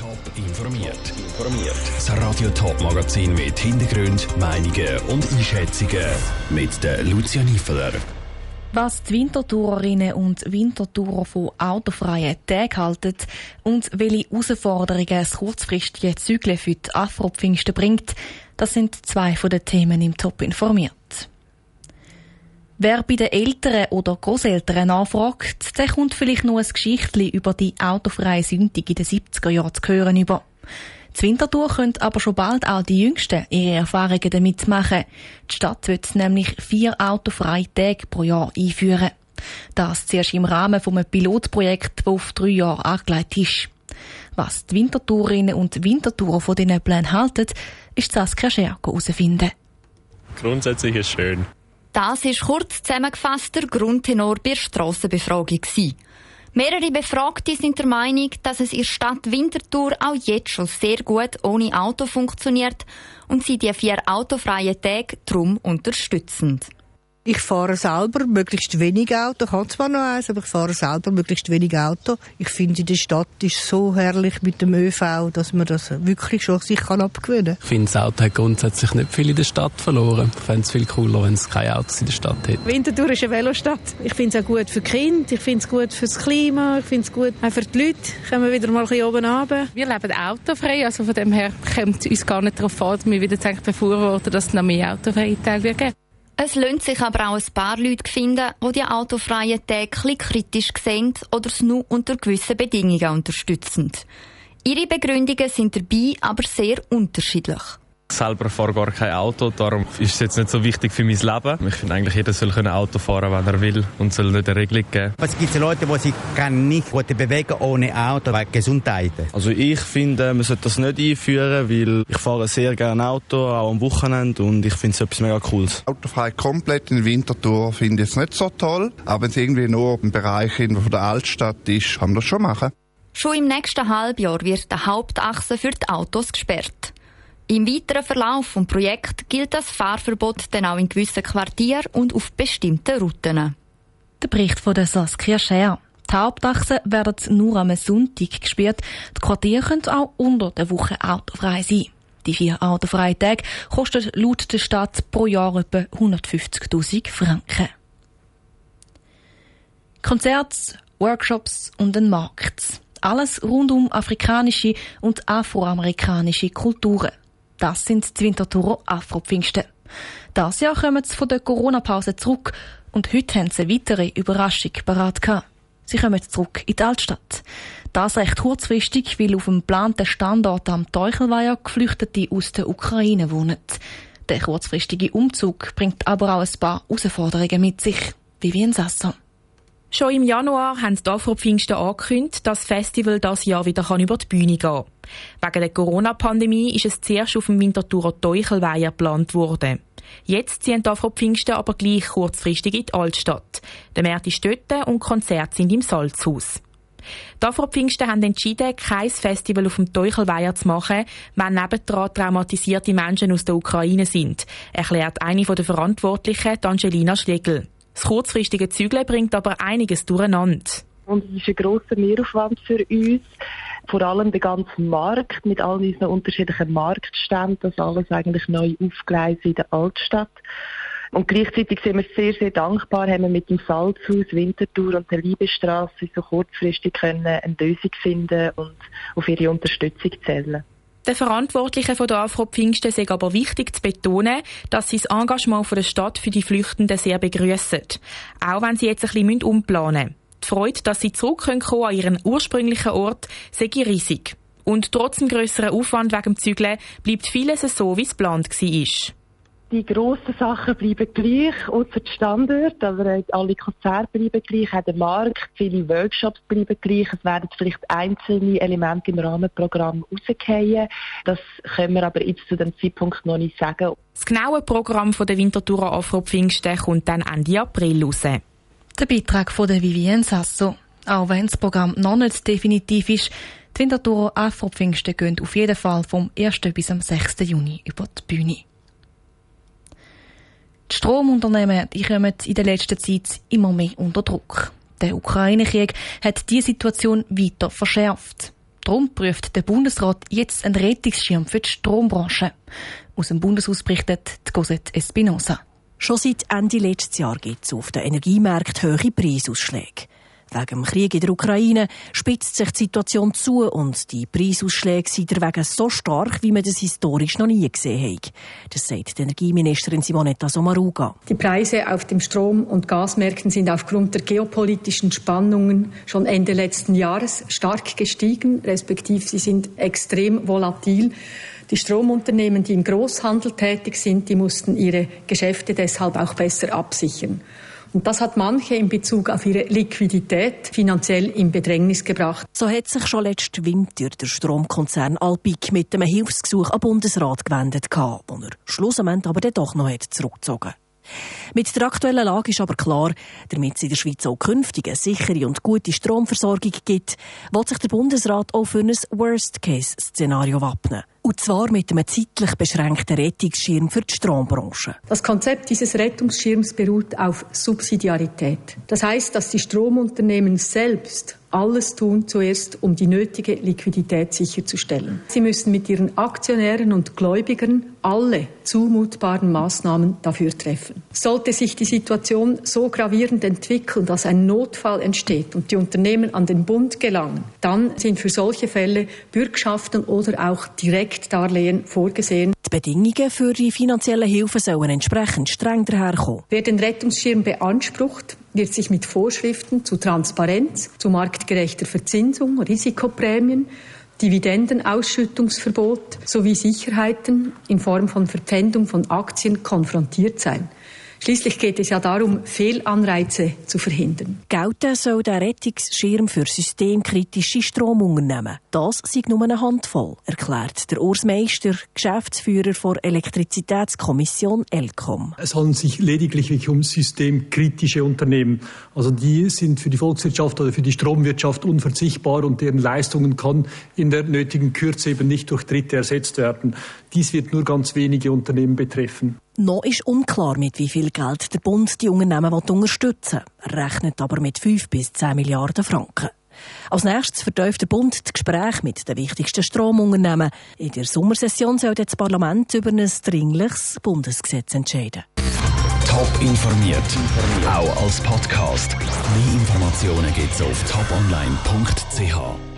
Top informiert. Das Radio Top Magazin mit Hintergrund, Meinungen und Einschätzungen mit der Lucia Niefeler. Was die Wintertourerinnen und Wintertourer von autofreien Tagen halten und welche Herausforderungen das kurzfristige Zügeln für die Afro-Pfingsten bringt, das sind zwei von den Themen im Top informiert. Wer bei den Eltern oder Grosseltern nachfragt, der kommt vielleicht noch ein Geschichtchen über die autofreie Sonntag in den 70er Jahren zu hören über. Die Winterthur können aber schon bald auch die Jüngsten ihre Erfahrungen damit machen. Die Stadt wird nämlich 4 autofreie Tage pro Jahr einführen. Das zuerst im Rahmen von einem Pilotprojekt, das auf 3 Jahre angelegt ist. Was die Wintertourerinnen und Wintertourer von diesen Plänen halten, ist Saskia Scherko herausfinden. Grundsätzlich ist es schön. Das ist kurz zusammengefasst der Grundtenor bei der Strassenbefragung gewesen. Mehrere Befragte sind der Meinung, dass es in der Stadt Winterthur auch jetzt schon sehr gut ohne Auto funktioniert und sie die 4 autofreien Tage darum unterstützen. Ich fahre selber möglichst wenig Auto. Ich habe zwar noch eins, aber ich fahre selber möglichst wenig Auto. Ich finde, in der Stadt ist so herrlich mit dem ÖV, dass man das wirklich schon sich abgewöhnen kann. Ich finde, das Auto hat grundsätzlich nicht viel in der Stadt verloren. Ich fände es viel cooler, wenn es keine Autos in der Stadt hätte. Winterthur ist eine Velostadt. Ich finde es auch gut für die Kinder, ich finde es gut für das Klima, ich finde es gut auch für die Leute. Kommen wir wieder mal ein bisschen oben runter. Wir leben autofrei, also von dem her kommt es uns gar nicht darauf an, dass wir wieder befürworten, dass es noch mehr autofreie Tage geben. Es lohnt sich aber auch ein paar Leute finden, die die autofreien Tage kritisch sehen oder es nur unter gewissen Bedingungen unterstützen. Ihre Begründungen sind dabei aber sehr unterschiedlich. Ich selber fahre gar kein Auto, darum ist es jetzt nicht so wichtig für mein Leben. Ich finde eigentlich, jeder soll Auto fahren, wenn er will und soll nicht eine Regelung geben. Es gibt Leute, die sich nicht gut bewegen ohne Auto, wegen Gesundheit. Also ich finde, man sollte das nicht einführen, weil ich fahre sehr gerne Auto, auch am Wochenende, und ich finde es etwas mega Cooles. Autofrei komplett in Winterthur finde ich es nicht so toll, aber wenn es irgendwie nur im Bereich von der Altstadt ist, kann man das schon machen. Schon im nächsten Halbjahr wird die Hauptachse für die Autos gesperrt. Im weiteren Verlauf des Projekts gilt das Fahrverbot dann auch in gewissen Quartieren und auf bestimmten Routen. Der Bericht von der Saskia Scher. Die Hauptachsen werden nur am Sonntag gesperrt. Die Quartiere können auch unter der Woche autofrei sein. Die 4 autofreien Tage kosten laut der Stadt pro Jahr etwa 150.000 Franken. Konzerte, Workshops und ein Markt. Alles rund um afrikanische und afroamerikanische Kulturen. Das sind die Winterthurer Afro-Pfingsten. Dieses Jahr kommen sie von der Corona-Pause zurück und heute haben sie eine weitere Überraschung parat gehabt. Sie kommen zurück in die Altstadt. Das recht kurzfristig, weil auf dem geplanten Standort am Teuchelweiher Geflüchtete aus der Ukraine wohnen. Der kurzfristige Umzug bringt aber auch ein paar Herausforderungen mit sich. Vivian Sasson. Schon im Januar haben die Afro-Pfingsten angekündigt, dass das Festival dieses Jahr wieder über die Bühne gehen kann. Wegen der Corona-Pandemie ist es zuerst auf dem Winterthurer Teuchelweiher geplant worden. Jetzt ziehen die Afro-Pfingsten aber gleich kurzfristig in die Altstadt. Der Markt ist dort und Konzerte sind im Salzhaus. Die Afro-Pfingsten haben entschieden, kein Festival auf dem Teuchelweiher zu machen, wenn nebendran traumatisierte Menschen aus der Ukraine sind, erklärt eine der Verantwortlichen, Angelina Schlegel. Das kurzfristige Zügeln bringt aber einiges durcheinander. Und es ist ein grosser Mehraufwand für uns. Vor allem der ganze Markt mit all unseren unterschiedlichen Marktständen, das alles eigentlich neu aufgeleistet in der Altstadt. Und gleichzeitig sind wir sehr, sehr dankbar, haben wir mit dem Salzhaus, Winterthur und der Liebestrasse so kurzfristig eine Lösung finden und auf ihre Unterstützung zählen. Den Verantwortlichen von der Afro-Pfingsten ist aber wichtig zu betonen, dass sie das Engagement von der Stadt für die Flüchtenden sehr begrüssen. Auch wenn sie jetzt ein bisschen umplanen müssen. Die Freude, dass sie zurückkommen an ihren ursprünglichen Ort, sei riesig. Und trotz dem grösseren Aufwand wegen dem Zügeln bleibt vieles so, wie es geplant war. Die grossen Sachen bleiben gleich, außer die Standorte, aber alle Konzerte bleiben gleich, auch der Markt, viele Workshops bleiben gleich. Es werden vielleicht einzelne Elemente im Rahmenprogramm rausgehen. Das können wir aber jetzt zu dem Zeitpunkt noch nicht sagen. Das genaue Programm der Winterthurer Afro-Pfingsten kommt dann Ende April raus. Der Beitrag von der Vivian Sasso. Auch wenn das Programm noch nicht definitiv ist, die Winterthurer Afro-Pfingsten gehen auf jeden Fall vom 1. bis am 6. Juni über die Bühne. Die Stromunternehmen kommen in der letzten Zeit immer mehr unter Druck. Der Ukraine-Krieg hat diese Situation weiter verschärft. Darum prüft der Bundesrat jetzt einen Rettungsschirm für die Strombranche. Aus dem Bundeshaus berichtet Cosette Espinosa. Schon seit Ende letztes Jahr gibt es auf den Energiemärkten hohe Preisausschläge. Wegen dem Krieg in der Ukraine spitzt sich die Situation zu und die Preisausschläge sind deswegen so stark, wie man das historisch noch nie gesehen hat. Das sagt die Energieministerin Simonetta Sommaruga. Die Preise auf dem Strom- und Gasmärkten sind aufgrund der geopolitischen Spannungen schon Ende letzten Jahres stark gestiegen, respektive sie sind extrem volatil. Die Stromunternehmen, die im Großhandel tätig sind, die mussten ihre Geschäfte deshalb auch besser absichern. Und das hat manche in Bezug auf ihre Liquidität finanziell in Bedrängnis gebracht. So hat sich schon letzten Winter der Stromkonzern Alpiq mit einem Hilfsgesuch an den Bundesrat gewendet, wo er schlussendlich aber dann doch noch zurückgezogen hat. Mit der aktuellen Lage ist aber klar, damit es in der Schweiz auch künftig eine sichere und gute Stromversorgung gibt, will sich der Bundesrat auch für ein Worst-Case-Szenario wappnen. Und zwar mit einem zeitlich beschränkten Rettungsschirm für die Strombranche. Das Konzept dieses Rettungsschirms beruht auf Subsidiarität. Das heisst, dass die Stromunternehmen selbst alles tun zuerst, um die nötige Liquidität sicherzustellen. Sie müssen mit ihren Aktionären und Gläubigern alle zumutbaren Maßnahmen dafür treffen. Sollte sich die Situation so gravierend entwickeln, dass ein Notfall entsteht und die Unternehmen an den Bund gelangen, dann sind für solche Fälle Bürgschaften oder auch Direktdarlehen vorgesehen. Die Bedingungen für die finanziellen Hilfen sollen entsprechend streng daherkommen. Wer den Rettungsschirm beansprucht, wird sich mit Vorschriften zu Transparenz, zu marktgerechter Verzinsung, Risikoprämien, Dividendenausschüttungsverbot sowie Sicherheiten in Form von Verpfändung von Aktien konfrontiert sein. Schließlich geht es ja darum, Fehlanreize zu verhindern. Gelten soll der Rettungsschirm für systemkritische Stromunternehmen. Das sei nur eine Handvoll, erklärt der Urs Meister, Geschäftsführer der Elektrizitätskommission ELCOM. Es handelt sich lediglich um systemkritische Unternehmen. Also die sind für die Volkswirtschaft oder für die Stromwirtschaft unverzichtbar und deren Leistungen kann in der nötigen Kürze eben nicht durch Dritte ersetzt werden. Dies wird nur ganz wenige Unternehmen betreffen. Noch ist unklar, mit wie viel Geld der Bund die Unternehmen unterstützen will. Er rechnet aber mit 5 bis 10 Milliarden Franken. Als nächstes vertieft der Bund das Gespräch mit den wichtigsten Stromunternehmen. In der Sommersession soll das Parlament über ein dringliches Bundesgesetz entscheiden. Top informiert, auch als Podcast. Mehr Informationen gibt's auf toponline.ch.